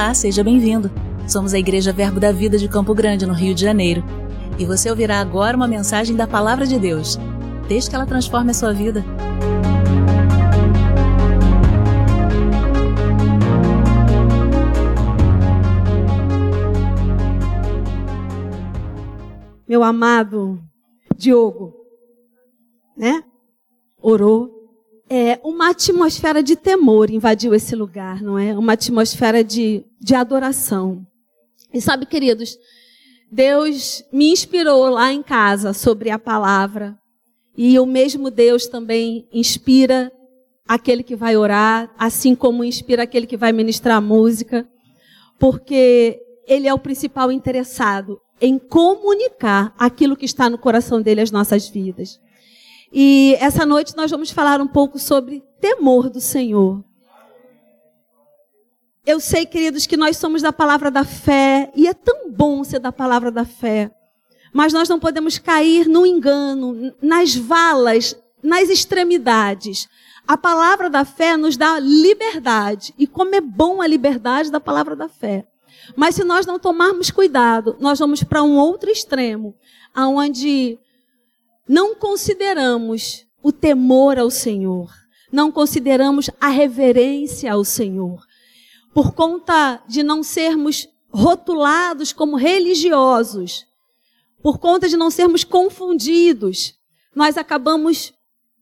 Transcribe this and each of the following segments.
Olá, seja bem-vindo. Somos a Igreja Verbo da Vida de Campo Grande, no Rio de Janeiro. E você ouvirá agora uma mensagem da Palavra de Deus. Desde que ela transforme a sua vida. Meu amado Diogo, né? Orou. Uma atmosfera de temor invadiu esse lugar, não é? Uma atmosfera de adoração. E sabe, queridos, Deus me inspirou lá em casa sobre a palavra. E o mesmo Deus também inspira aquele que vai orar, assim como inspira aquele que vai ministrar a música, porque Ele é o principal interessado em comunicar aquilo que está no coração dele às nossas vidas. E essa noite nós vamos falar um pouco sobre temor do Senhor. Eu sei, queridos, que nós somos da palavra da fé, e é tão bom ser da palavra da fé, mas nós não podemos cair no engano, nas valas, nas extremidades. A palavra da fé nos dá liberdade, e como é bom a liberdade da palavra da fé. Mas se nós não tomarmos cuidado, nós vamos para um outro extremo, onde não consideramos o temor ao Senhor, não consideramos a reverência ao Senhor. Por conta de não sermos rotulados como religiosos, por conta de não sermos confundidos, nós acabamos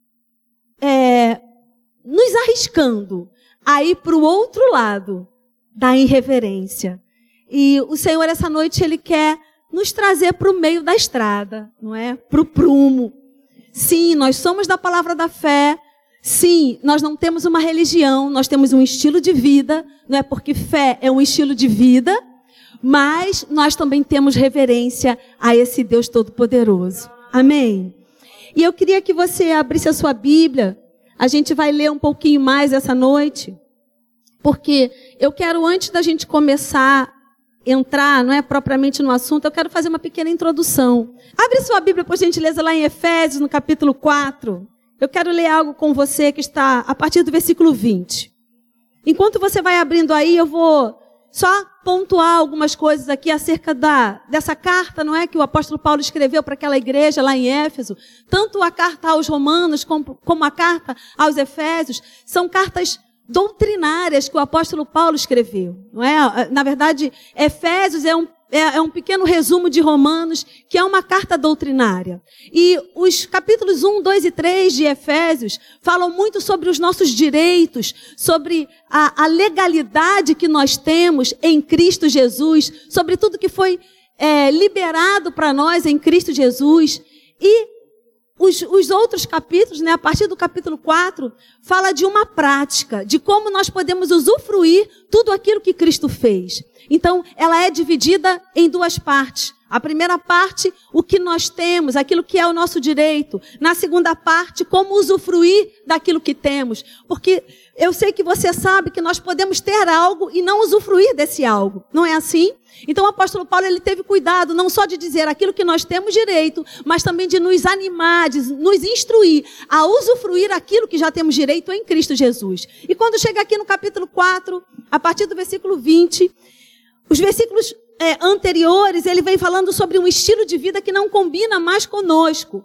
nos arriscando a ir para o outro lado da irreverência. E o Senhor, essa noite, Ele quer nos trazer para o meio da estrada, não é? Para o prumo. Sim, nós somos da palavra da fé. Sim, nós não temos uma religião, nós temos um estilo de vida, não é? Porque fé é um estilo de vida, mas nós também temos reverência a esse Deus Todo-Poderoso. Amém? E eu queria que você abrisse a sua Bíblia. A gente vai ler um pouquinho mais essa noite, porque eu quero, antes da gente começar entrar, não é propriamente no assunto, eu quero fazer uma pequena introdução. Abre sua Bíblia, por gentileza, lá em Efésios, no capítulo 4. Eu quero ler algo com você que está a partir do versículo 20. Enquanto você vai abrindo aí, eu vou só pontuar algumas coisas aqui acerca dessa carta, não é, que o apóstolo Paulo escreveu para aquela igreja lá em Éfeso. Tanto a carta aos Romanos como a carta aos Efésios são cartas doutrinárias que o apóstolo Paulo escreveu, não é? Na verdade, Efésios é um pequeno resumo de Romanos, que é uma carta doutrinária. E os capítulos 1, 2 e 3 de Efésios falam muito sobre os nossos direitos, sobre a legalidade que nós temos em Cristo Jesus, sobre tudo que foi liberado para nós em Cristo Jesus. E os outros capítulos, né, a partir do capítulo 4, fala de uma prática, de como nós podemos usufruir tudo aquilo que Cristo fez. Então, ela é dividida em duas partes. A primeira parte, o que nós temos, aquilo que é o nosso direito. Na segunda parte, como usufruir daquilo que temos. Porque eu sei que você sabe que nós podemos ter algo e não usufruir desse algo. Não é assim? Então o apóstolo Paulo, ele teve cuidado não só de dizer aquilo que nós temos direito, mas também de nos animar, de nos instruir a usufruir aquilo que já temos direito em Cristo Jesus. E quando chega aqui no capítulo 4, a partir do versículo 20, os versículos anteriores, ele vem falando sobre um estilo de vida que não combina mais conosco.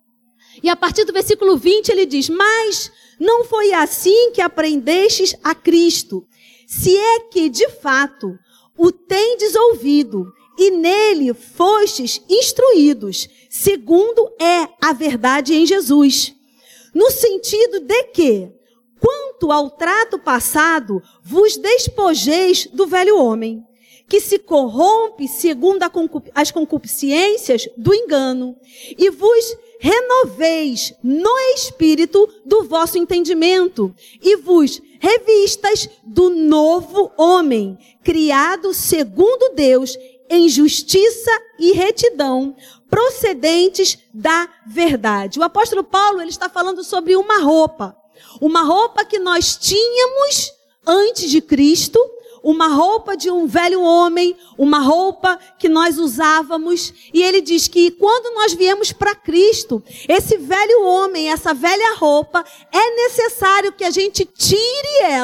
E a partir do versículo 20 ele diz: mas não foi assim que aprendestes a Cristo, se é que de fato o tendes ouvido e nele fostes instruídos, segundo é a verdade em Jesus. No sentido de que, quanto ao trato passado, vos despojeis do velho homem, que se corrompe segundo as concupiscências do engano, e vos renoveis no espírito do vosso entendimento, e vos revistas do novo homem, criado segundo Deus, em justiça e retidão, procedentes da verdade. O apóstolo Paulo, ele está falando sobre uma roupa que nós tínhamos antes de Cristo, uma roupa de um velho homem, uma roupa que nós usávamos. E ele diz que quando nós viemos para Cristo, esse velho homem, essa velha roupa, é necessário que a gente tire ela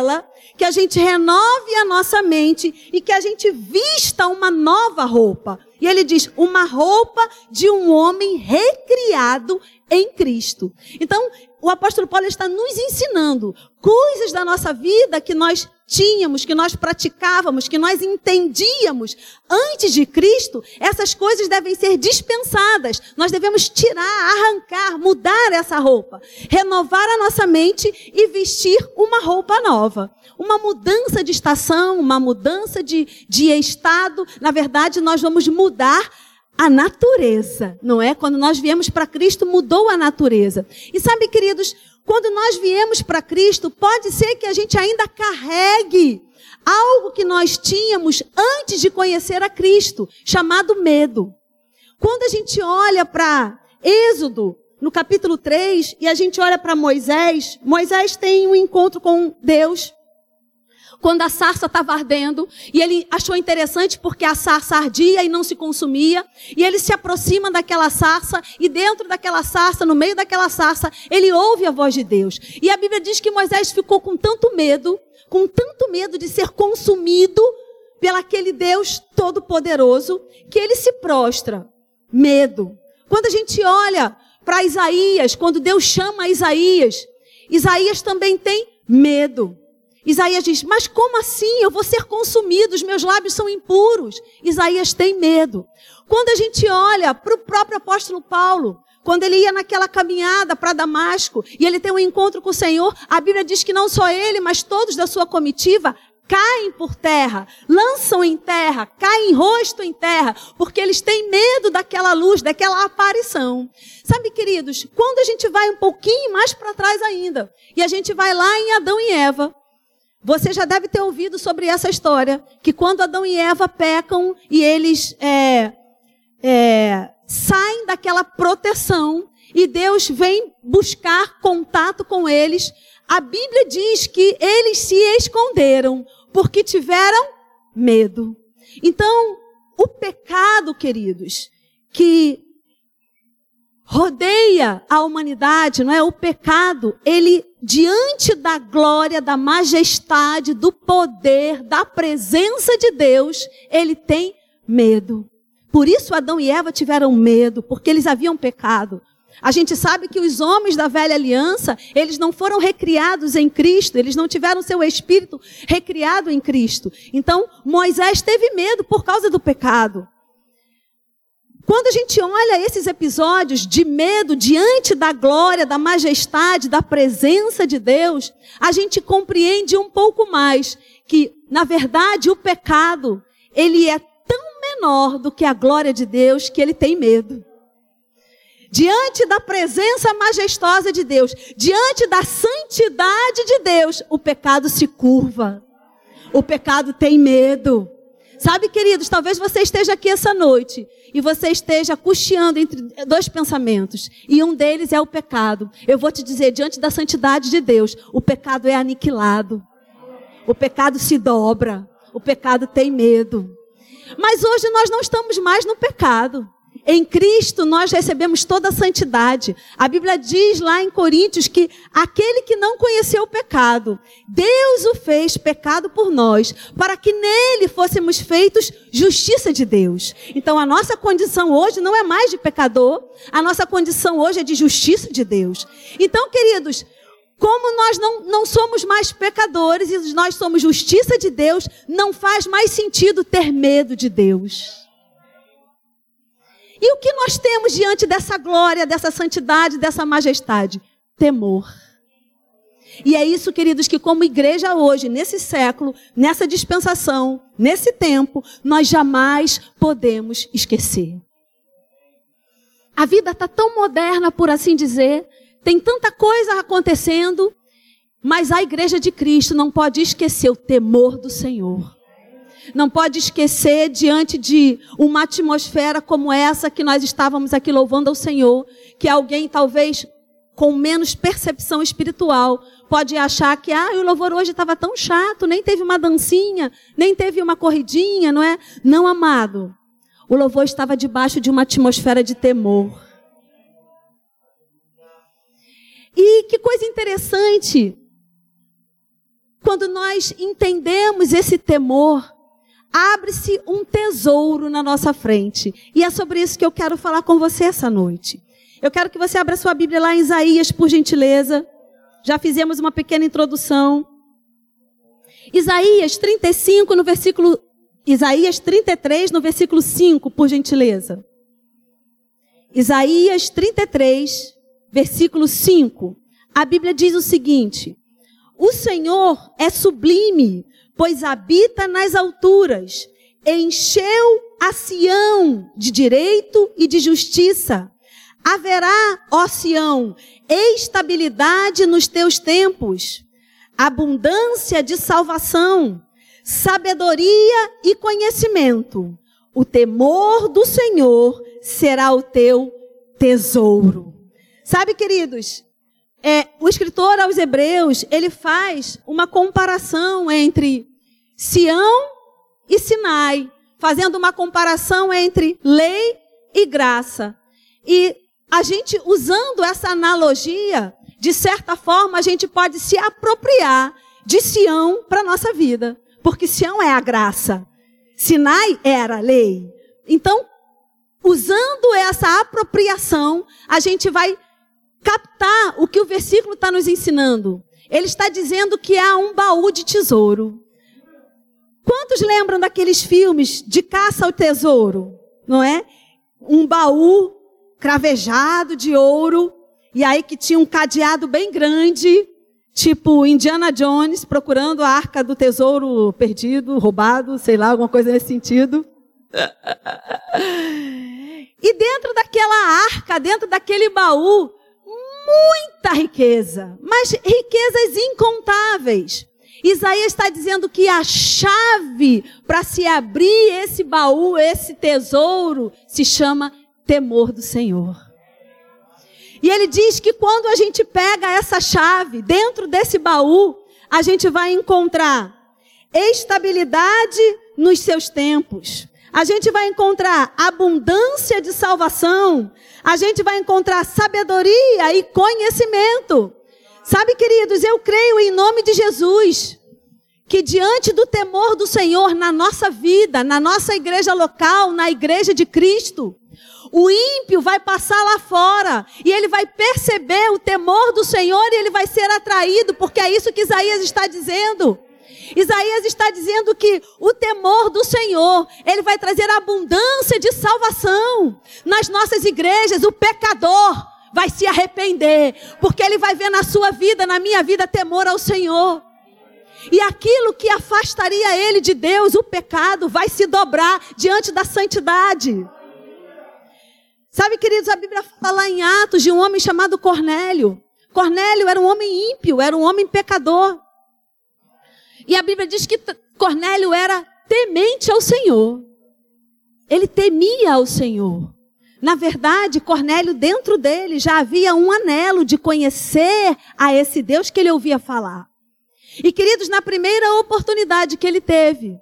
que a gente renove a nossa mente e que a gente vista uma nova roupa. E ele diz, uma roupa de um homem recriado em Cristo. Então, o apóstolo Paulo está nos ensinando coisas da nossa vida que nós tínhamos, que nós praticávamos, que nós entendíamos antes de Cristo. Essas coisas devem ser dispensadas. Nós devemos tirar, arrancar, mudar essa roupa, renovar a nossa mente e vestir uma roupa nova. Uma mudança de estação, uma mudança de estado. Na verdade, nós vamos mudar a natureza, não é? Quando nós viemos para Cristo, mudou a natureza. E sabe, queridos, quando nós viemos para Cristo, pode ser que a gente ainda carregue algo que nós tínhamos antes de conhecer a Cristo, chamado medo. Quando a gente olha para Êxodo, no capítulo 3, e a gente olha para Moisés, Moisés tem um encontro com Deus, quando a sarça estava ardendo, e ele achou interessante porque a sarça ardia e não se consumia, e ele se aproxima daquela sarça, e dentro daquela sarça, no meio daquela sarça, ele ouve a voz de Deus. E a Bíblia diz que Moisés ficou com tanto medo de ser consumido pelaquele Deus todo-poderoso, que ele se prostra. Medo. Quando a gente olha para Isaías, quando Deus chama Isaías, Isaías também tem medo. Isaías diz, mas como assim? Eu vou ser consumido, os meus lábios são impuros. Isaías tem medo. Quando a gente olha para o próprio apóstolo Paulo, quando ele ia naquela caminhada para Damasco, e ele tem um encontro com o Senhor, a Bíblia diz que não só ele, mas todos da sua comitiva caem por terra, lançam em terra, caem rosto em terra, porque eles têm medo daquela luz, daquela aparição. Sabe, queridos, quando a gente vai um pouquinho mais para trás ainda, e a gente vai lá em Adão e Eva, você já deve ter ouvido sobre essa história, que quando Adão e Eva pecam e eles saem daquela proteção e Deus vem buscar contato com eles, a Bíblia diz que eles se esconderam porque tiveram medo. Então, o pecado, queridos, que rodeia a humanidade, não é? O pecado, ele, diante da glória, da majestade, do poder, da presença de Deus, ele tem medo. Por isso Adão e Eva tiveram medo, porque eles haviam pecado. A gente sabe que os homens da velha aliança, eles não foram recriados em Cristo, eles não tiveram seu espírito recriado em Cristo. Então, Moisés teve medo por causa do pecado. Quando a gente olha esses episódios de medo diante da glória, da majestade, da presença de Deus, a gente compreende um pouco mais que, na verdade, o pecado, ele é tão menor do que a glória de Deus que ele tem medo. Diante da presença majestosa de Deus, diante da santidade de Deus, o pecado se curva. O pecado tem medo. Sabe, queridos, talvez você esteja aqui essa noite e você esteja cocheando entre dois pensamentos. E um deles é o pecado. Eu vou te dizer, diante da santidade de Deus, o pecado é aniquilado. O pecado se dobra. O pecado tem medo. Mas hoje nós não estamos mais no pecado. Em Cristo nós recebemos toda a santidade. A Bíblia diz lá em Coríntios que aquele que não conheceu o pecado, Deus o fez pecado por nós, para que nele fôssemos feitos justiça de Deus. Então a nossa condição hoje não é mais de pecador, a nossa condição hoje é de justiça de Deus. Então, queridos, como nós não somos mais pecadores e nós somos justiça de Deus, não faz mais sentido ter medo de Deus. E o que nós temos diante dessa glória, dessa santidade, dessa majestade? Temor. E é isso, queridos, que como igreja hoje, nesse século, nessa dispensação, nesse tempo, nós jamais podemos esquecer. A vida está tão moderna, por assim dizer, tem tanta coisa acontecendo, mas a igreja de Cristo não pode esquecer o temor do Senhor. Não pode esquecer, diante de uma atmosfera como essa que nós estávamos aqui louvando ao Senhor, que alguém talvez com menos percepção espiritual pode achar que o louvor hoje estava tão chato, nem teve uma dancinha, nem teve uma corridinha, não é? Não, amado. O louvor estava debaixo de uma atmosfera de temor. E que coisa interessante. quando nós entendemos esse temor, abre-se um tesouro na nossa frente. E é sobre isso que eu quero falar com você essa noite. Eu quero que você abra sua Bíblia lá em Isaías, por gentileza. Já fizemos uma pequena introdução. Isaías 35, no versículo... Isaías 33, no versículo 5, por gentileza. Isaías 33, versículo 5. A Bíblia diz o seguinte: o Senhor é sublime, pois habita nas alturas. Encheu a Sião de direito e de justiça. Haverá, ó Sião, estabilidade nos teus tempos, abundância de salvação, sabedoria e conhecimento. O temor do Senhor será o teu tesouro. Sabe, queridos, o escritor aos Hebreus, ele faz uma comparação entre Sião e Sinai, fazendo uma comparação entre lei e graça. E a gente, usando essa analogia, de certa forma, a gente pode se apropriar de Sião para a nossa vida. Porque Sião é a graça. Sinai era a lei. Então, usando essa apropriação, a gente vai captar o que o versículo está nos ensinando. Ele está dizendo que há um baú de tesouro. Quantos lembram daqueles filmes de caça ao tesouro? Não é? Um baú cravejado de ouro, e aí que tinha um cadeado bem grande, tipo Indiana Jones procurando a arca do tesouro perdido, roubado, sei lá, alguma coisa nesse sentido. E dentro daquela arca, dentro daquele baú, muita riqueza, mas riquezas incontáveis. Isaías está dizendo que a chave para se abrir esse baú, esse tesouro, se chama temor do Senhor. E ele diz que quando a gente pega essa chave, dentro desse baú, a gente vai encontrar estabilidade nos seus tempos. A gente vai encontrar abundância de salvação. A gente vai encontrar sabedoria e conhecimento. Sabe, queridos, eu creio em nome de Jesus, que diante do temor do Senhor na nossa vida, na nossa igreja local, na igreja de Cristo, o ímpio vai passar lá fora e ele vai perceber o temor do Senhor e ele vai ser atraído, porque é isso que Isaías está dizendo. Isaías está dizendo que o temor do Senhor, ele vai trazer abundância de salvação. Nas nossas igrejas, o pecador vai se arrepender, porque ele vai ver na sua vida, na minha vida, temor ao Senhor. E aquilo que afastaria ele de Deus, o pecado, vai se dobrar diante da santidade. Sabe, queridos, a Bíblia fala lá em Atos de um homem chamado Cornélio. Cornélio era um homem ímpio, era um homem pecador. E a Bíblia diz que Cornélio era temente ao Senhor. Ele temia ao Senhor. Na verdade, Cornélio, dentro dele, já havia um anelo de conhecer a esse Deus que ele ouvia falar. E, queridos, na primeira oportunidade que ele teve,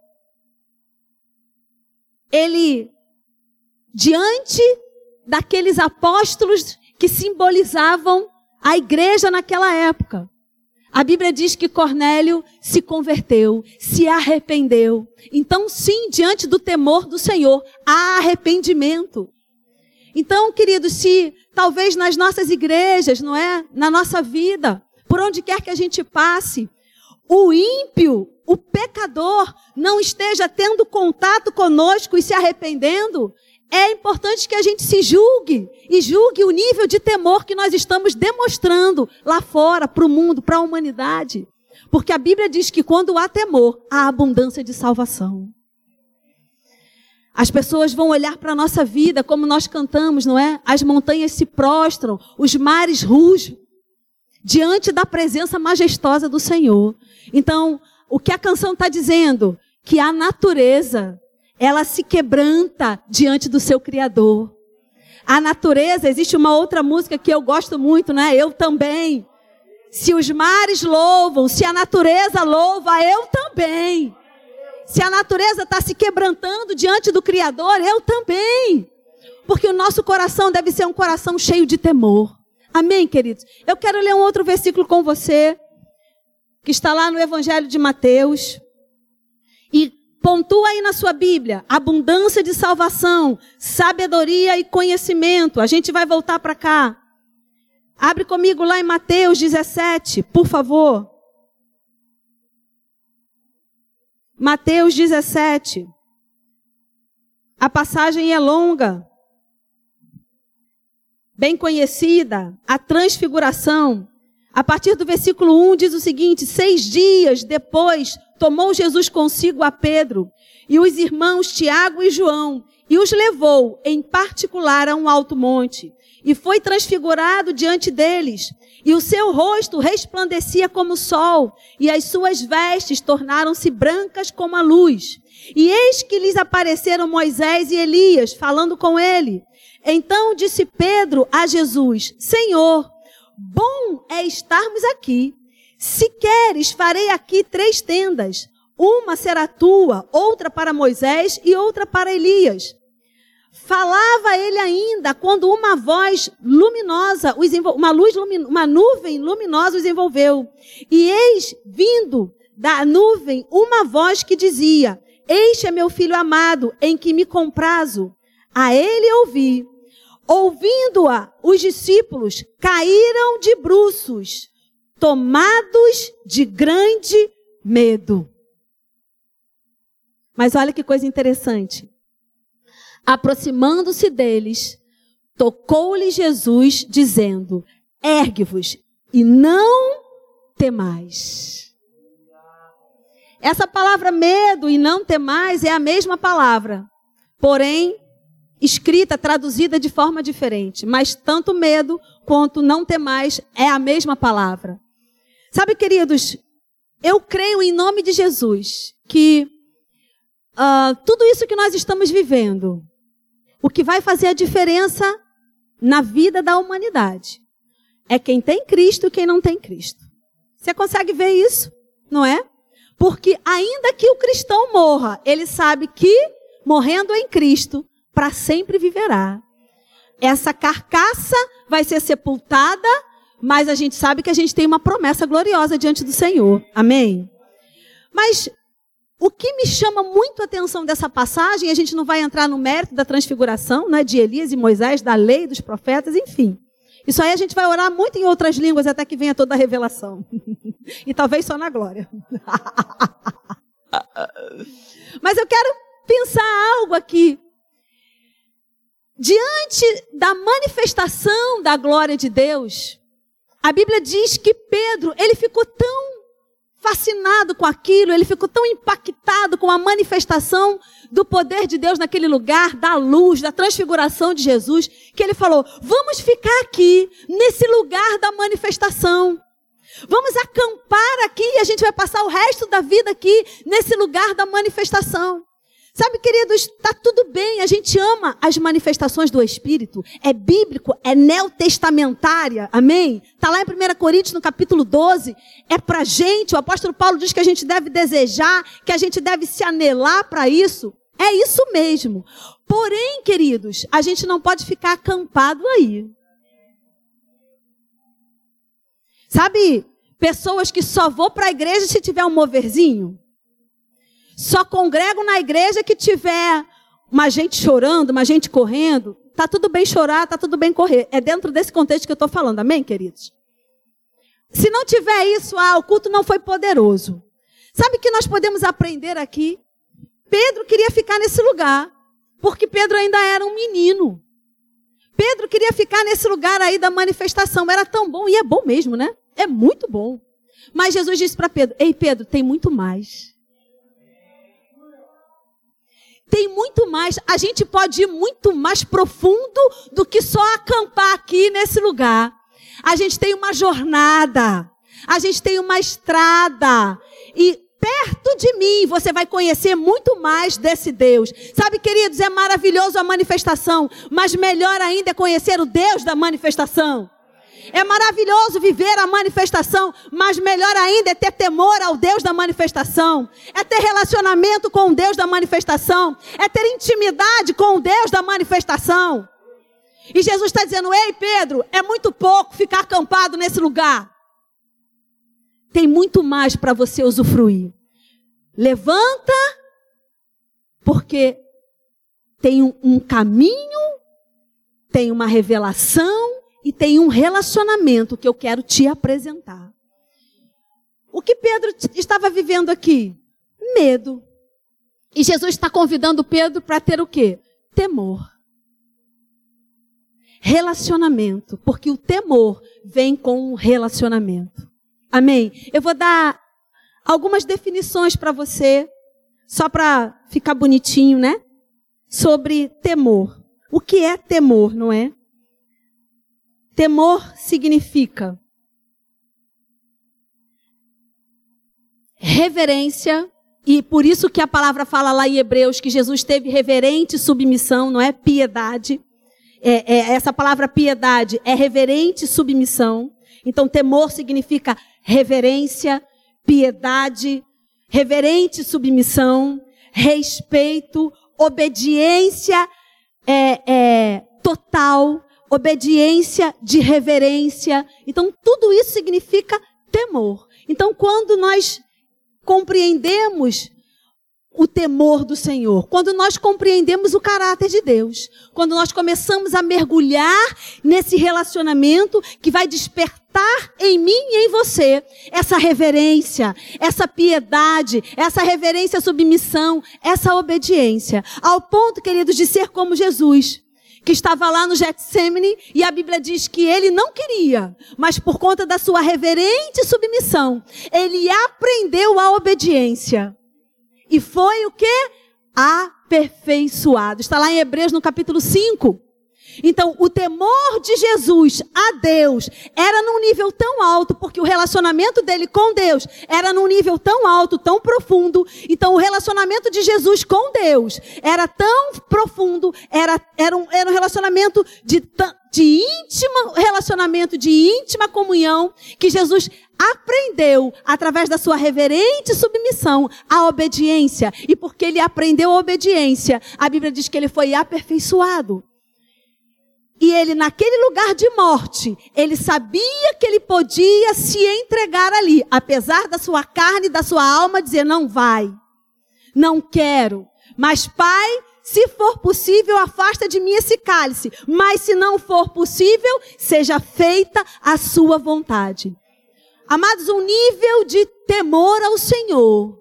ele, diante daqueles apóstolos que simbolizavam a igreja naquela época, a Bíblia diz que Cornélio se converteu, se arrependeu. Então, sim, diante do temor do Senhor, há arrependimento. Então, queridos, se talvez nas nossas igrejas, não é? Na nossa vida, por onde quer que a gente passe, o ímpio, o pecador, não esteja tendo contato conosco e se arrependendo, é importante que a gente se julgue e julgue o nível de temor que nós estamos demonstrando lá fora, para o mundo, para a humanidade. Porque a Bíblia diz que quando há temor, há abundância de salvação. As pessoas vão olhar para a nossa vida, como nós cantamos, não é? As montanhas se prostram, os mares rugem, diante da presença majestosa do Senhor. Então, o que a canção está dizendo? Que a natureza, ela se quebranta diante do seu Criador. A natureza, existe uma outra música que eu gosto muito, né? Eu também. Se os mares louvam, se a natureza louva, eu também. Se a natureza está se quebrantando diante do Criador, eu também. Porque o nosso coração deve ser um coração cheio de temor. Amém, queridos? Eu quero ler um outro versículo com você. que está lá no Evangelho de Mateus. E pontua aí na sua Bíblia, abundância de salvação, sabedoria e conhecimento. A gente vai voltar para cá. Abre comigo lá em Mateus 17, por favor. Mateus 17. A passagem é longa, bem conhecida, a transfiguração. A partir do versículo 1 diz o seguinte: 6 dias depois tomou Jesus consigo a Pedro e os irmãos Tiago e João e os levou em particular a um alto monte e foi transfigurado diante deles. E o seu rosto resplandecia como o sol, e as suas vestes tornaram-se brancas como a luz. E eis que lhes apareceram Moisés e Elias, falando com ele. Então disse Pedro a Jesus: Senhor, bom é estarmos aqui. Se queres, farei aqui 3 tendas. Uma será tua, outra para Moisés e outra para Elias. Falava ele ainda quando uma voz luminosa, uma nuvem luminosa os envolveu. E eis, vindo da nuvem, uma voz que dizia: Este é meu filho amado, em que me comprazo. A ele ouvi. Ouvindo-a, os discípulos caíram de bruços, tomados de grande medo. Mas olha que coisa interessante. Aproximando-se deles, tocou-lhe Jesus, dizendo: Ergue-vos e não temais. Essa palavra medo e não temais é a mesma palavra, porém escrita, traduzida de forma diferente. Mas tanto medo quanto não temais é a mesma palavra. Sabe, queridos, eu creio em nome de Jesus que tudo isso que nós estamos vivendo, o que vai fazer a diferença na vida da humanidade é quem tem Cristo e quem não tem Cristo. Você consegue ver isso, não é? Porque ainda que o cristão morra, ele sabe que, morrendo em Cristo, para sempre viverá. Essa carcaça vai ser sepultada, mas a gente sabe que a gente tem uma promessa gloriosa diante do Senhor. Amém? Mas o que me chama muito a atenção dessa passagem, a gente não vai entrar no mérito da transfiguração, né, de Elias e Moisés, da lei, dos profetas, enfim. Isso aí a gente vai orar muito em outras línguas até que venha toda a revelação. E talvez só na glória. Mas eu quero pensar algo aqui. Diante da manifestação da glória de Deus, a Bíblia diz que Pedro, ele ficou tão fascinado com aquilo, ele ficou tão impactado com a manifestação do poder de Deus naquele lugar, da luz, da transfiguração de Jesus, que ele falou: vamos ficar aqui, nesse lugar da manifestação. Vamos acampar aqui e a gente vai passar o resto da vida aqui, nesse lugar da manifestação. Sabe, queridos, está tudo bem, a gente ama as manifestações do Espírito, é bíblico, é neotestamentária, amém? Está lá em 1 Coríntios, no capítulo 12, é para a gente, o apóstolo Paulo diz que a gente deve desejar, que a gente deve se anelar para isso, é isso mesmo. Porém, queridos, a gente não pode ficar acampado aí. Sabe, pessoas que só vão para a igreja se tiver um moverzinho? Só congrego na igreja que tiver uma gente chorando, uma gente correndo. Tá tudo bem chorar, tá tudo bem correr. É dentro desse contexto que eu estou falando, amém, queridos? Se não tiver isso, o culto não foi poderoso. Sabe o que nós podemos aprender aqui? Pedro queria ficar nesse lugar, porque Pedro ainda era um menino. Pedro queria ficar nesse lugar aí da manifestação. Era tão bom, e é bom mesmo, né? É muito bom. Mas Jesus disse para Pedro: ei, Pedro, tem muito mais. Tem muito mais, a gente pode ir muito mais profundo do que só acampar aqui nesse lugar. A gente tem uma jornada, a gente tem uma estrada, e perto de mim você vai conhecer muito mais desse Deus. Sabe, queridos, é maravilhoso a manifestação, mas melhor ainda é conhecer o Deus da manifestação. É maravilhoso viver a manifestação, mas melhor ainda é ter temor ao Deus da manifestação. É ter relacionamento com o Deus da manifestação. É ter intimidade com o Deus da manifestação. E Jesus está dizendo: ei, Pedro, é muito pouco ficar acampado nesse lugar. tem muito mais para você usufruir. Levanta, porque tem um caminho, tem uma revelação e tem um relacionamento que eu quero te apresentar. O que Pedro estava vivendo aqui? Medo. E Jesus está convidando Pedro para ter o quê? Temor. Relacionamento, porque o temor vem com o relacionamento. Amém? Eu vou dar algumas definições para você, só para ficar bonitinho, né? Sobre temor. O que é temor, não é? Temor significa reverência, e por isso que a palavra fala lá em Hebreus que Jesus teve reverente submissão, não é piedade. Essa palavra piedade é reverente submissão. Então temor significa reverência, piedade, reverente submissão, respeito, obediência total, obediência de reverência. Então tudo isso significa temor. Então quando nós compreendemos o temor do Senhor, quando nós compreendemos o caráter de Deus, quando nós começamos a mergulhar nesse relacionamento que vai despertar em mim e em você essa reverência, essa piedade, essa reverência, submissão, essa obediência, ao ponto, queridos, de ser como Jesus, que estava lá no Getsêmani, e a Bíblia diz que ele não queria, mas por conta da sua reverente submissão, ele aprendeu a obediência. E foi o quê? Aperfeiçoado. Está lá em Hebreus no capítulo 5. Então, o temor de Jesus a Deus era num nível tão alto, porque o relacionamento dele com Deus era num nível tão alto, tão profundo. Então, o relacionamento de Jesus com Deus era tão profundo, era um relacionamento de íntima comunhão, que Jesus aprendeu, através da sua reverente submissão, a obediência. E porque ele aprendeu a obediência, a Bíblia diz que ele foi aperfeiçoado. E ele, naquele lugar de morte, ele sabia que ele podia se entregar ali, apesar da sua carne, da sua alma, dizer, não vai, não quero, mas Pai, se for possível, afasta de mim esse cálice, mas se não for possível, seja feita a sua vontade. Amados, um nível de temor ao Senhor,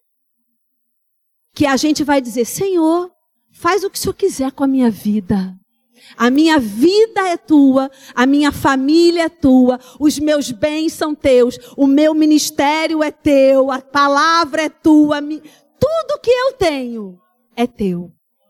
que a gente vai dizer, Senhor, faz o que o Senhor quiser com a minha vida. A minha vida é tua, a minha família é tua, os meus bens são teus, o meu ministério é teu, a palavra é tua, tudo que eu tenho é teu.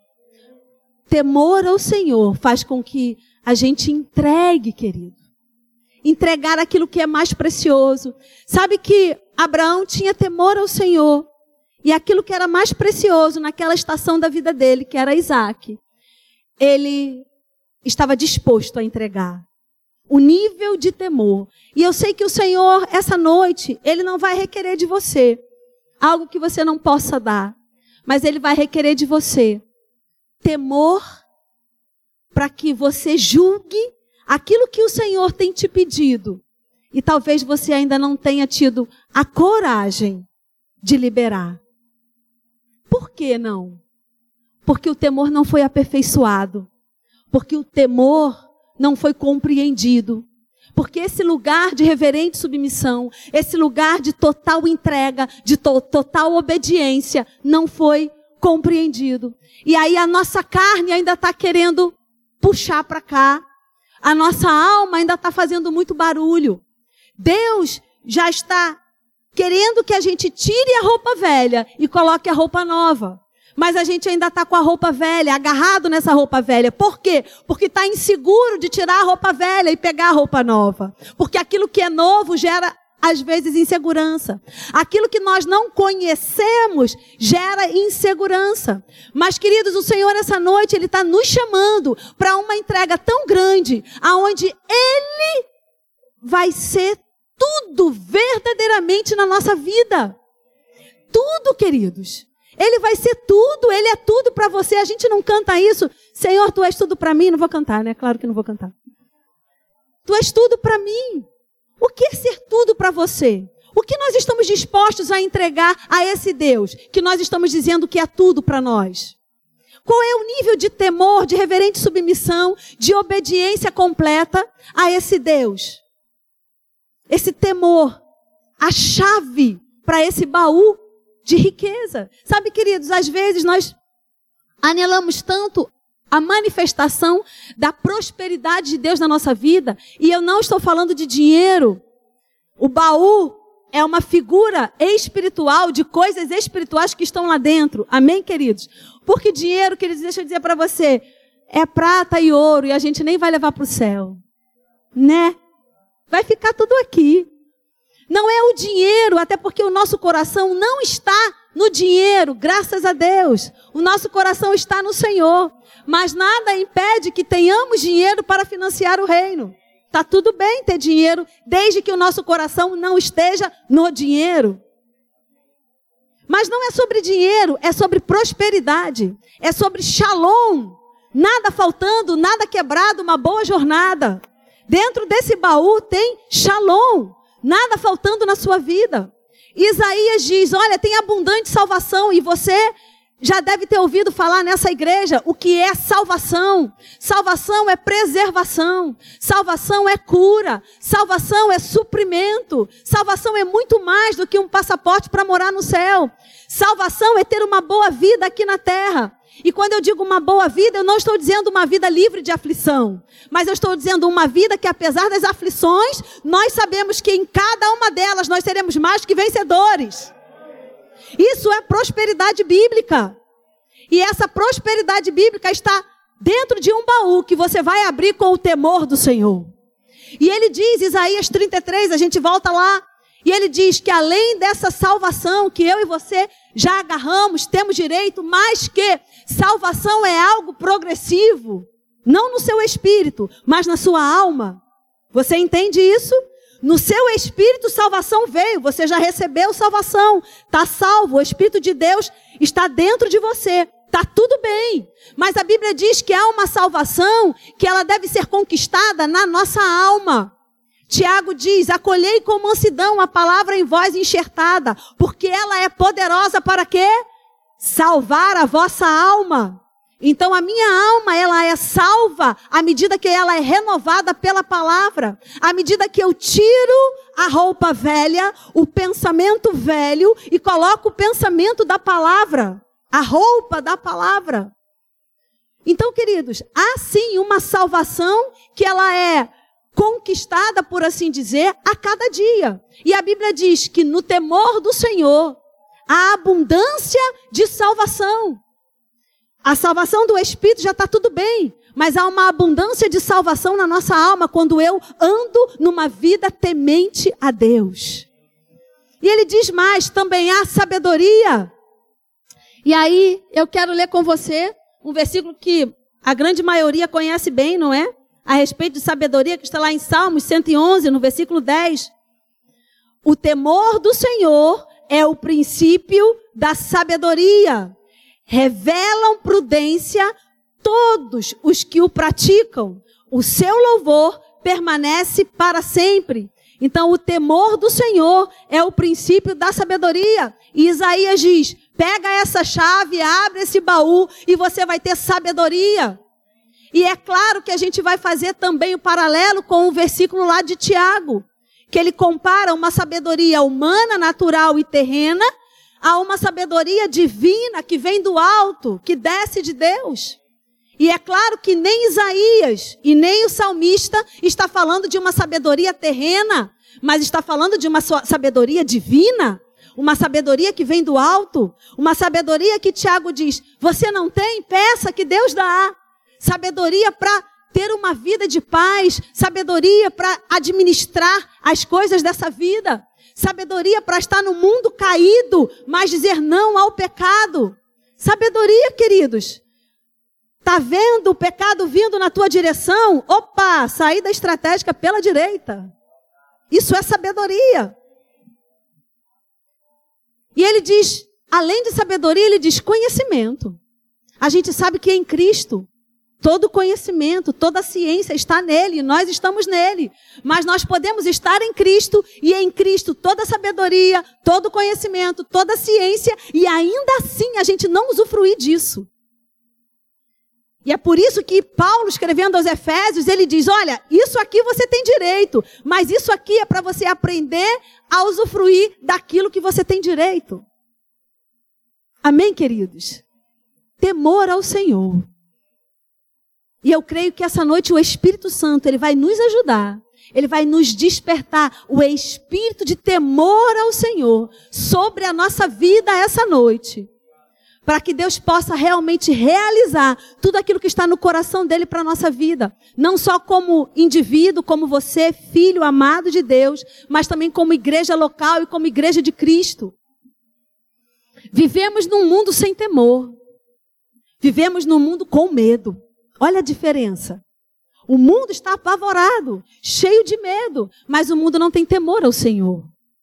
Temor ao Senhor faz com que a gente entregue, querido. Entregar aquilo que é mais precioso. Sabe que Abraão tinha temor ao Senhor, e aquilo que era mais precioso naquela estação da vida dele, que era Isaac, ele estava disposto a entregar. O nível de temor. E eu sei que o Senhor, essa noite, Ele não vai requerer de você algo que você não possa dar. Mas Ele vai requerer de você temor para que você julgue aquilo que o Senhor tem te pedido. E talvez você ainda não tenha tido a coragem de liberar. Por que não? Porque o temor não foi aperfeiçoado. Porque o temor não foi compreendido. Porque esse lugar de reverente submissão, esse lugar de total entrega, de total obediência, não foi compreendido. E aí a nossa carne ainda está querendo puxar para cá. A nossa alma ainda está fazendo muito barulho. Deus já está querendo que a gente tire a roupa velha e coloque a roupa nova. Mas a gente ainda está com a roupa velha, agarrado nessa roupa velha. Por quê? Porque está inseguro de tirar a roupa velha e pegar a roupa nova. Porque aquilo que é novo gera, às vezes, insegurança. Aquilo que nós não conhecemos gera insegurança. Mas, queridos, o Senhor, essa noite, Ele está nos chamando para uma entrega tão grande, aonde Ele vai ser tudo verdadeiramente na nossa vida. Tudo, queridos. Ele vai ser tudo, Ele é tudo para você. A gente não canta isso. Senhor, Tu és tudo para mim. Não vou cantar, né? Claro que não vou cantar. Tu és tudo para mim. O que é ser tudo para você? O que nós estamos dispostos a entregar a esse Deus, que nós estamos dizendo que é tudo para nós? Qual é o nível de temor, de reverente submissão, de obediência completa a esse Deus? Esse temor, a chave para esse baú de riqueza. Sabe, queridos, às vezes nós anelamos tanto a manifestação da prosperidade de Deus na nossa vida, e eu não estou falando de dinheiro. O baú é uma figura espiritual de coisas espirituais que estão lá dentro. Amém, queridos? Porque dinheiro, queridos, deixa eu dizer para você, é prata e ouro e a gente nem vai levar para o céu. Né? Vai ficar tudo aqui. Não é o dinheiro, até porque o nosso coração não está no dinheiro, graças a Deus. O nosso coração está no Senhor. Mas nada impede que tenhamos dinheiro para financiar o reino. Está tudo bem ter dinheiro, desde que o nosso coração não esteja no dinheiro. Mas não é sobre dinheiro, é sobre prosperidade. É sobre shalom. Nada faltando, nada quebrado, uma boa jornada. Dentro desse baú tem shalom. Nada faltando na sua vida. Isaías diz, olha, tem abundante salvação. E você já deve ter ouvido falar nessa igreja o que é salvação. Salvação é preservação. Salvação é cura. Salvação é suprimento. Salvação é muito mais do que um passaporte para morar no céu. Salvação é ter uma boa vida aqui na terra. E quando eu digo uma boa vida, eu não estou dizendo uma vida livre de aflição. Mas eu estou dizendo uma vida que, apesar das aflições, nós sabemos que em cada uma delas nós seremos mais que vencedores. Isso é prosperidade bíblica. E essa prosperidade bíblica está dentro de um baú que você vai abrir com o temor do Senhor. E ele diz, Isaías 33, a gente volta lá, e ele diz que além dessa salvação que eu e você já agarramos, temos direito, mas que salvação é algo progressivo, não no seu espírito, mas na sua alma. Você entende isso? No seu espírito, salvação veio. Você já recebeu salvação. Está salvo. O Espírito de Deus está dentro de você. Está tudo bem. Mas a Bíblia diz que há uma salvação que ela deve ser conquistada na nossa alma. Tiago diz, acolhei com mansidão a palavra em vós enxertada, porque ela é poderosa para quê? Salvar a vossa alma. Então a minha alma, ela é salva à medida que ela é renovada pela palavra. À medida que eu tiro a roupa velha, o pensamento velho e coloco o pensamento da palavra, a roupa da palavra. Então, queridos, há sim uma salvação que ela é conquistada, por assim dizer, a cada dia. E a Bíblia diz que no temor do Senhor há abundância de salvação. A salvação do Espírito já está tudo bem, mas há uma abundância de salvação na nossa alma quando eu ando numa vida temente a Deus. E ele diz mais, também há sabedoria. E aí eu quero ler com você um versículo que a grande maioria conhece bem, não é? A respeito de sabedoria, que está lá em Salmos 111, no versículo 10. O temor do Senhor é o princípio da sabedoria. Revelam prudência todos os que o praticam. O seu louvor permanece para sempre. Então, o temor do Senhor é o princípio da sabedoria. E Isaías diz, pega essa chave, abre esse baú e você vai ter sabedoria. E é claro que a gente vai fazer também o paralelo com o versículo lá de Tiago, que ele compara uma sabedoria humana, natural e terrena, a uma sabedoria divina que vem do alto, que desce de Deus. E é claro que nem Isaías e nem o salmista está falando de uma sabedoria terrena, mas está falando de uma sabedoria divina, uma sabedoria que vem do alto, uma sabedoria que Tiago diz, você não tem? Peça que Deus dá. Sabedoria para ter uma vida de paz, sabedoria para administrar as coisas dessa vida. Sabedoria para estar no mundo caído, mas dizer não ao pecado. Sabedoria, queridos. Está vendo o pecado vindo na tua direção? Opa, saída estratégica pela direita. Isso é sabedoria. E ele diz, além de sabedoria, ele diz conhecimento. A gente sabe que em Cristo Todo conhecimento, toda ciência está nele, nós estamos nele. Mas nós podemos estar em Cristo e em Cristo toda sabedoria, todo conhecimento, toda ciência e ainda assim a gente não usufruir disso. E é por isso que Paulo, escrevendo aos Efésios, ele diz, olha, isso aqui você tem direito, mas isso aqui é para você aprender a usufruir daquilo que você tem direito. Amém, queridos? Temor ao Senhor. E eu creio que essa noite o Espírito Santo, ele vai nos ajudar, ele vai nos despertar o espírito de temor ao Senhor sobre a nossa vida essa noite. Para que Deus possa realmente realizar tudo aquilo que está no coração dele para a nossa vida. Não só como indivíduo, como você, filho amado de Deus, mas também como igreja local e como igreja de Cristo. Vivemos num mundo sem temor. Vivemos num mundo com medo. Olha a diferença. O mundo está apavorado, cheio de medo, mas o mundo não tem temor ao Senhor.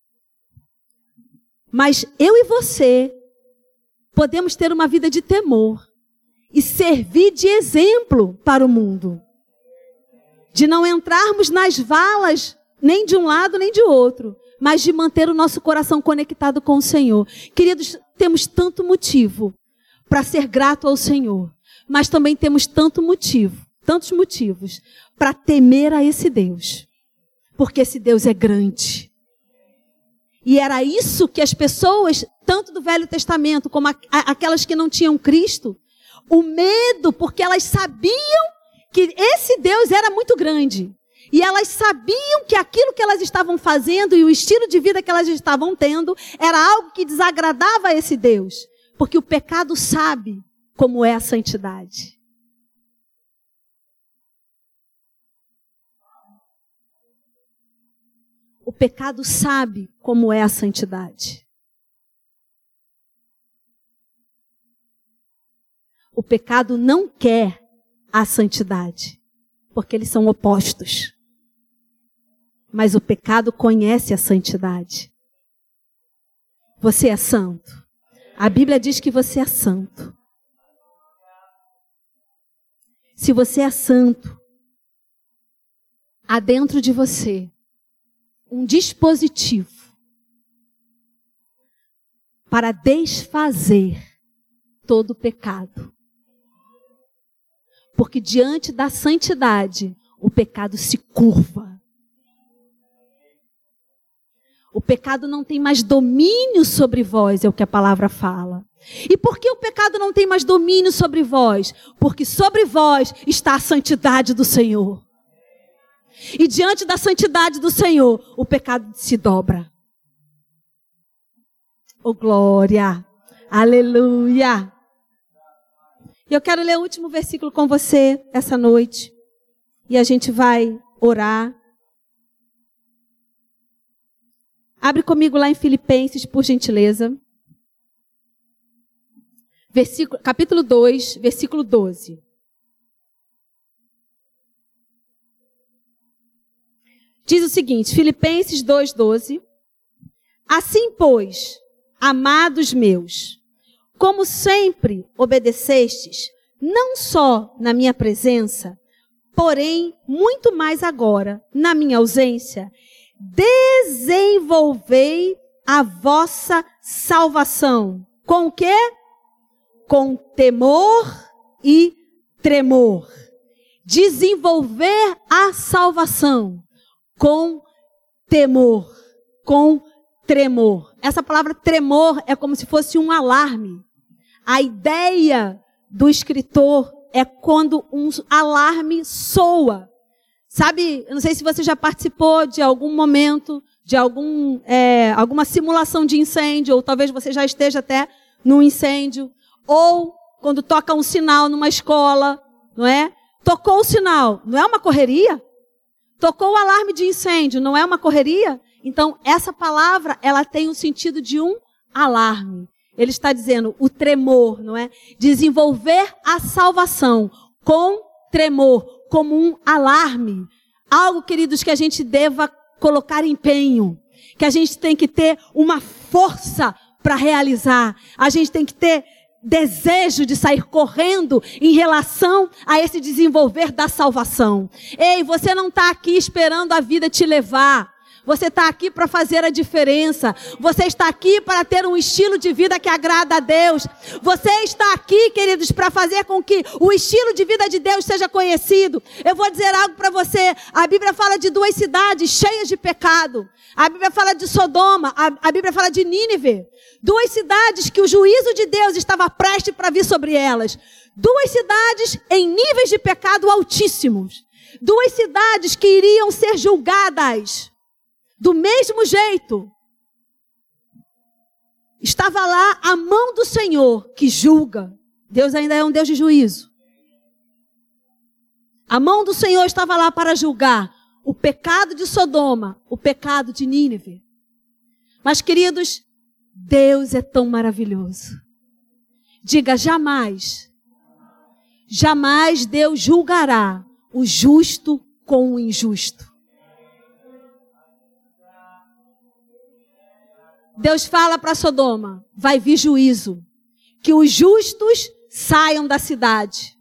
Mas eu e você podemos ter uma vida de temor e servir de exemplo para o mundo. De não entrarmos nas valas nem de um lado nem de outro, mas de manter o nosso coração conectado com o Senhor. Queridos, temos tanto motivo para ser grato ao Senhor. Mas também temos tantos motivos para temer a esse Deus. Porque esse Deus é grande. E era isso que as pessoas, tanto do Velho Testamento como aquelas que não tinham Cristo, o medo, porque elas sabiam que esse Deus era muito grande. E elas sabiam que aquilo que elas estavam fazendo e o estilo de vida que elas estavam tendo era algo que desagradava a esse Deus. Porque o pecado sabe como é a santidade. O pecado sabe como é a santidade. O pecado não quer a santidade, porque eles são opostos. Mas o pecado conhece a santidade. Você é santo. A Bíblia diz que você é santo. Se você é santo, há dentro de você um dispositivo para desfazer todo o pecado. Porque diante da santidade, o pecado se curva. O pecado não tem mais domínio sobre vós, é o que a palavra fala. E por que o pecado não tem mais domínio sobre vós? Porque sobre vós está a santidade do Senhor. E diante da santidade do Senhor, o pecado se dobra. Oh, glória! Aleluia! E eu quero ler o último versículo com você essa noite. E a gente vai orar. Abre comigo lá em Filipenses, por gentileza. Capítulo 2, versículo 12. Diz o seguinte, Filipenses 2:12. Assim, pois, amados meus, como sempre obedecestes, não só na minha presença, porém, muito mais agora, na minha ausência, desenvolvei a vossa salvação. Com o quê? Com temor e tremor. Desenvolver a salvação com temor, com tremor. Essa palavra tremor é como se fosse um alarme. A ideia do escritor é quando um alarme soa. Sabe, eu não sei se você já participou de algum momento, de alguma simulação de incêndio, ou talvez você já esteja até num incêndio. Ou quando toca um sinal numa escola, não é? Tocou o sinal, não é uma correria? Tocou o alarme de incêndio, não é uma correria? Então, essa palavra, ela tem o sentido de um alarme. Ele está dizendo o tremor, não é? Desenvolver a salvação com tremor, como um alarme. Algo, queridos, que a gente deva colocar empenho. Que a gente tem que ter uma força para realizar. A gente tem que ter desejo de sair correndo em relação a esse desenvolver da salvação. Ei, você não está aqui esperando a vida te levar. Você está aqui para fazer a diferença. Você está aqui para ter um estilo de vida que agrada a Deus. Você está aqui, queridos, para fazer com que o estilo de vida de Deus seja conhecido. Eu vou dizer algo para você. A Bíblia fala de 2 cidades cheias de pecado. A Bíblia fala de Sodoma. A Bíblia fala de Nínive. 2 cidades que o juízo de Deus estava prestes para vir sobre elas. 2 cidades em níveis de pecado altíssimos. 2 cidades que iriam ser julgadas do mesmo jeito. Estava lá a mão do Senhor que julga. Deus ainda é um Deus de juízo. A mão do Senhor estava lá para julgar o pecado de Sodoma, o pecado de Nínive. Mas, queridos, Deus é tão maravilhoso. Diga, jamais, jamais Deus julgará o justo com o injusto. Deus fala para Sodoma, vai vir juízo, que os justos saiam da cidade.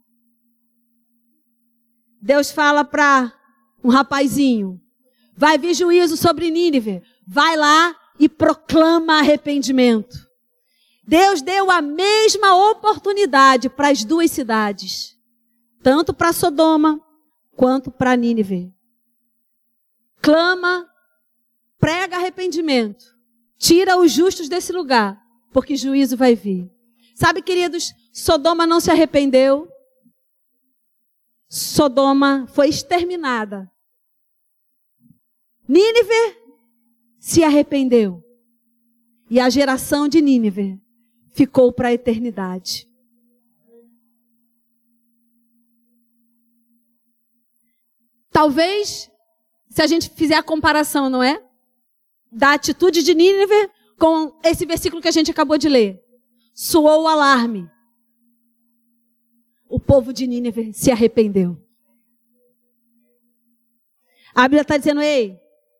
Deus fala para um rapazinho, vai vir juízo sobre Nínive, vai lá e proclama arrependimento. Deus deu a mesma oportunidade para as 2 cidades, tanto para Sodoma quanto para Nínive. Clama, prega arrependimento. Tira os justos desse lugar, porque juízo vai vir. Sabe, queridos, Sodoma não se arrependeu. Sodoma foi exterminada. Nínive se arrependeu. E a geração de Nínive ficou para a eternidade. Talvez, se a gente fizer a comparação, não é? Da atitude de Nínive com esse versículo que a gente acabou de ler. Soou o alarme. O povo de Nínive se arrependeu. A Bíblia está dizendo, ei,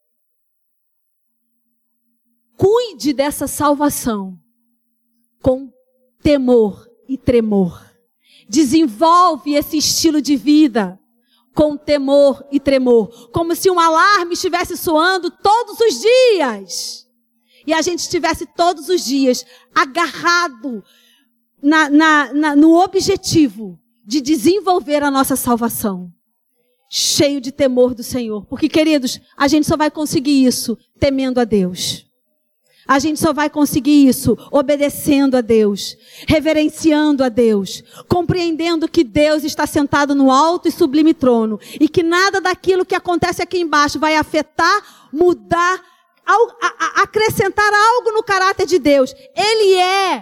cuide dessa salvação com temor e tremor. Desenvolve esse estilo de vida com temor e tremor, como se um alarme estivesse soando todos os dias. E a gente estivesse todos os dias agarrado no objetivo de desenvolver a nossa salvação. Cheio de temor do Senhor. Porque, queridos, a gente só vai conseguir isso temendo a Deus. A gente só vai conseguir isso obedecendo a Deus, reverenciando a Deus, compreendendo que Deus está sentado no alto e sublime trono e que nada daquilo que acontece aqui embaixo vai afetar, mudar, acrescentar algo no caráter de Deus. Ele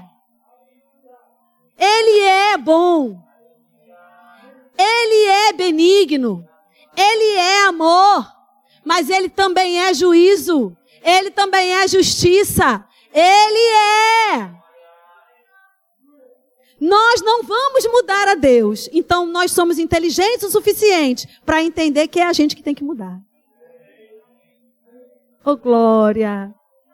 é bom, Ele é benigno, Ele é amor, mas Ele também é juízo. Ele também é justiça. Ele é. Nós não vamos mudar a Deus. Então, nós somos inteligentes o suficiente para entender que é a gente que tem que mudar. Oh, glória.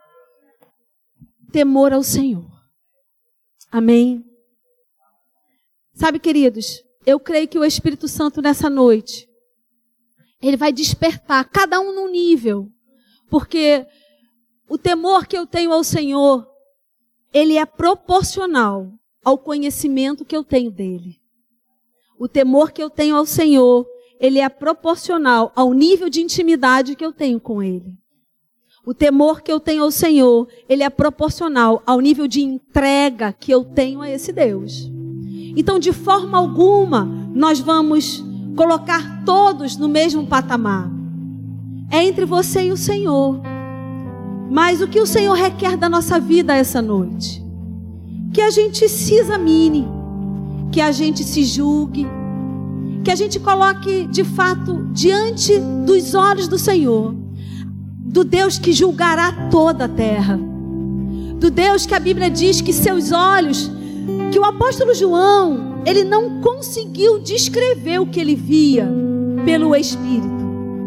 Temor ao Senhor. Amém. Sabe, queridos, eu creio que o Espírito Santo nessa noite, ele vai despertar cada um num nível. Porque o temor que eu tenho ao Senhor, ele é proporcional ao conhecimento que eu tenho dele. O temor que eu tenho ao Senhor, ele é proporcional ao nível de intimidade que eu tenho com ele. O temor que eu tenho ao Senhor, ele é proporcional ao nível de entrega que eu tenho a esse Deus. Então, de forma alguma, nós vamos colocar todos no mesmo patamar. É entre você e o Senhor. Mas o que o Senhor requer da nossa vida essa noite? Que a gente se examine, que a gente se julgue, que a gente coloque de fato diante dos olhos do Senhor, do Deus que julgará toda a terra, do Deus que a Bíblia diz que seus olhos, que o apóstolo João, ele não conseguiu descrever o que ele via pelo Espírito.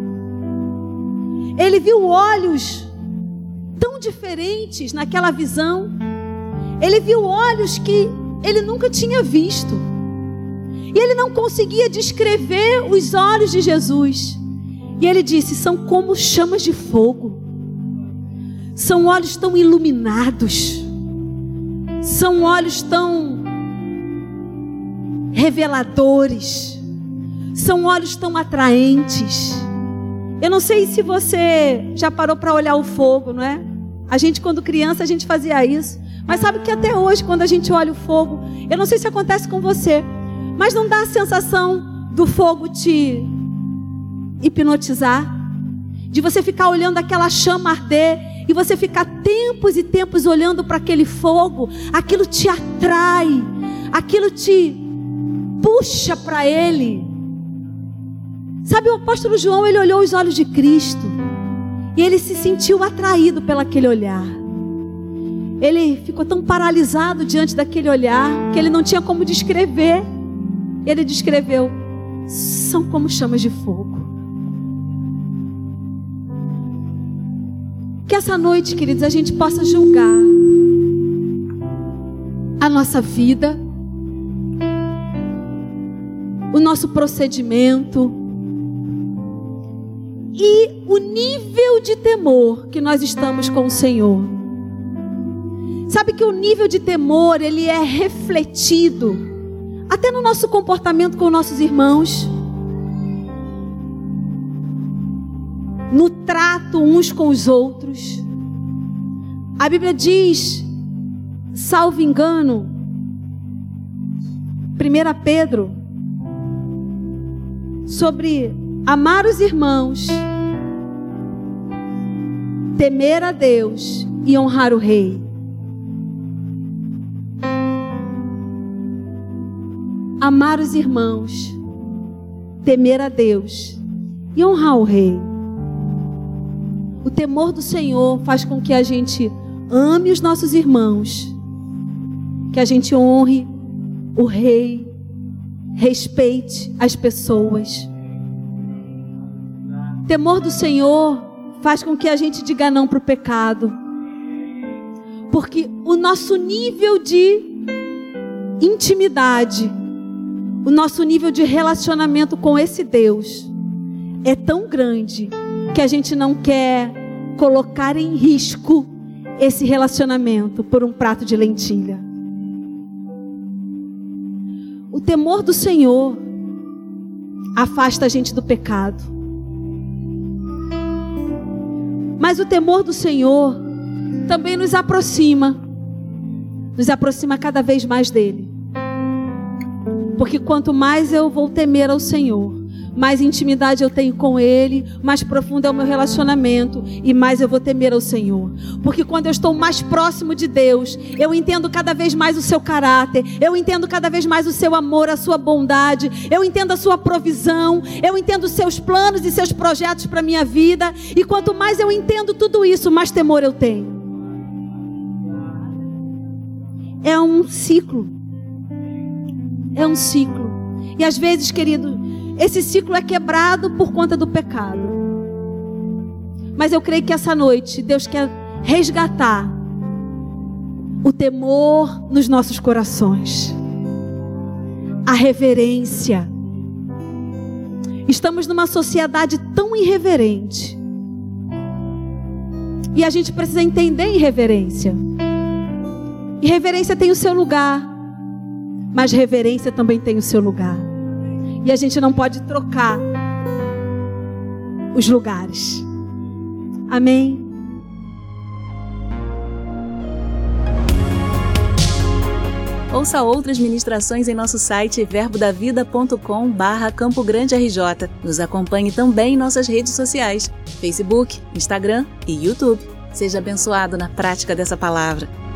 Ele viu olhos tão diferentes naquela visão. Ele viu olhos que ele nunca tinha visto. E ele não conseguia descrever os olhos de Jesus. E ele disse: são como chamas de fogo. São olhos tão iluminados. São olhos tão reveladores. São olhos tão atraentes. Eu não sei se você já parou para olhar o fogo, não é? A gente, quando criança, a gente fazia isso. Mas sabe que até hoje, quando a gente olha o fogo, eu não sei se acontece com você, mas não dá a sensação do fogo te hipnotizar? De você ficar olhando aquela chama arder e você ficar tempos e tempos olhando para aquele fogo, aquilo te atrai, aquilo te puxa para ele. Sabe, o apóstolo João, ele olhou os olhos de Cristo e ele se sentiu atraído pelo aquele olhar. Ele ficou tão paralisado diante daquele olhar que ele não tinha como descrever. Ele descreveu: são como chamas de fogo. Que essa noite, queridos, a gente possa julgar a nossa vida, o nosso procedimento e o nível de temor que nós estamos com o Senhor. Sabe que o nível de temor, ele é refletido até no nosso comportamento com nossos irmãos, no trato uns com os outros. A Bíblia diz, salvo engano, 1 Pedro, sobre amar os irmãos, temer a Deus e honrar o Rei. Amar os irmãos, temer a Deus e honrar o Rei. O temor do Senhor faz com que a gente ame os nossos irmãos, que a gente honre o Rei, respeite as pessoas. O temor do Senhor faz com que a gente diga não para o pecado, porque o nosso nível de intimidade, o nosso nível de relacionamento com esse Deus é tão grande que a gente não quer colocar em risco esse relacionamento por um prato de lentilha. O temor do Senhor afasta a gente do pecado. Mas o temor do Senhor também nos aproxima cada vez mais dele. Porque quanto mais eu vou temer ao Senhor, mais intimidade eu tenho com Ele, mais profundo é o meu relacionamento e mais eu vou temer ao Senhor. Porque quando eu estou mais próximo de Deus, eu entendo cada vez mais o seu caráter, eu entendo cada vez mais o seu amor, a sua bondade, eu entendo a sua provisão, eu entendo os seus planos e seus projetos para a minha vida. E quanto mais eu entendo tudo isso, mais temor eu tenho. É um ciclo. É um ciclo. E às vezes, querido, esse ciclo é quebrado por conta do pecado. Mas eu creio que essa noite Deus quer resgatar o temor nos nossos corações, a reverência. Estamos numa sociedade tão irreverente e a gente precisa entender irreverência. Irreverência tem o seu lugar, mas reverência também tem o seu lugar. E a gente não pode trocar os lugares. Amém? Ouça outras ministrações em nosso site verbodavida.com/Campo Grande RJ. Nos acompanhe também em nossas redes sociais, Facebook, Instagram e YouTube. Seja abençoado na prática dessa palavra.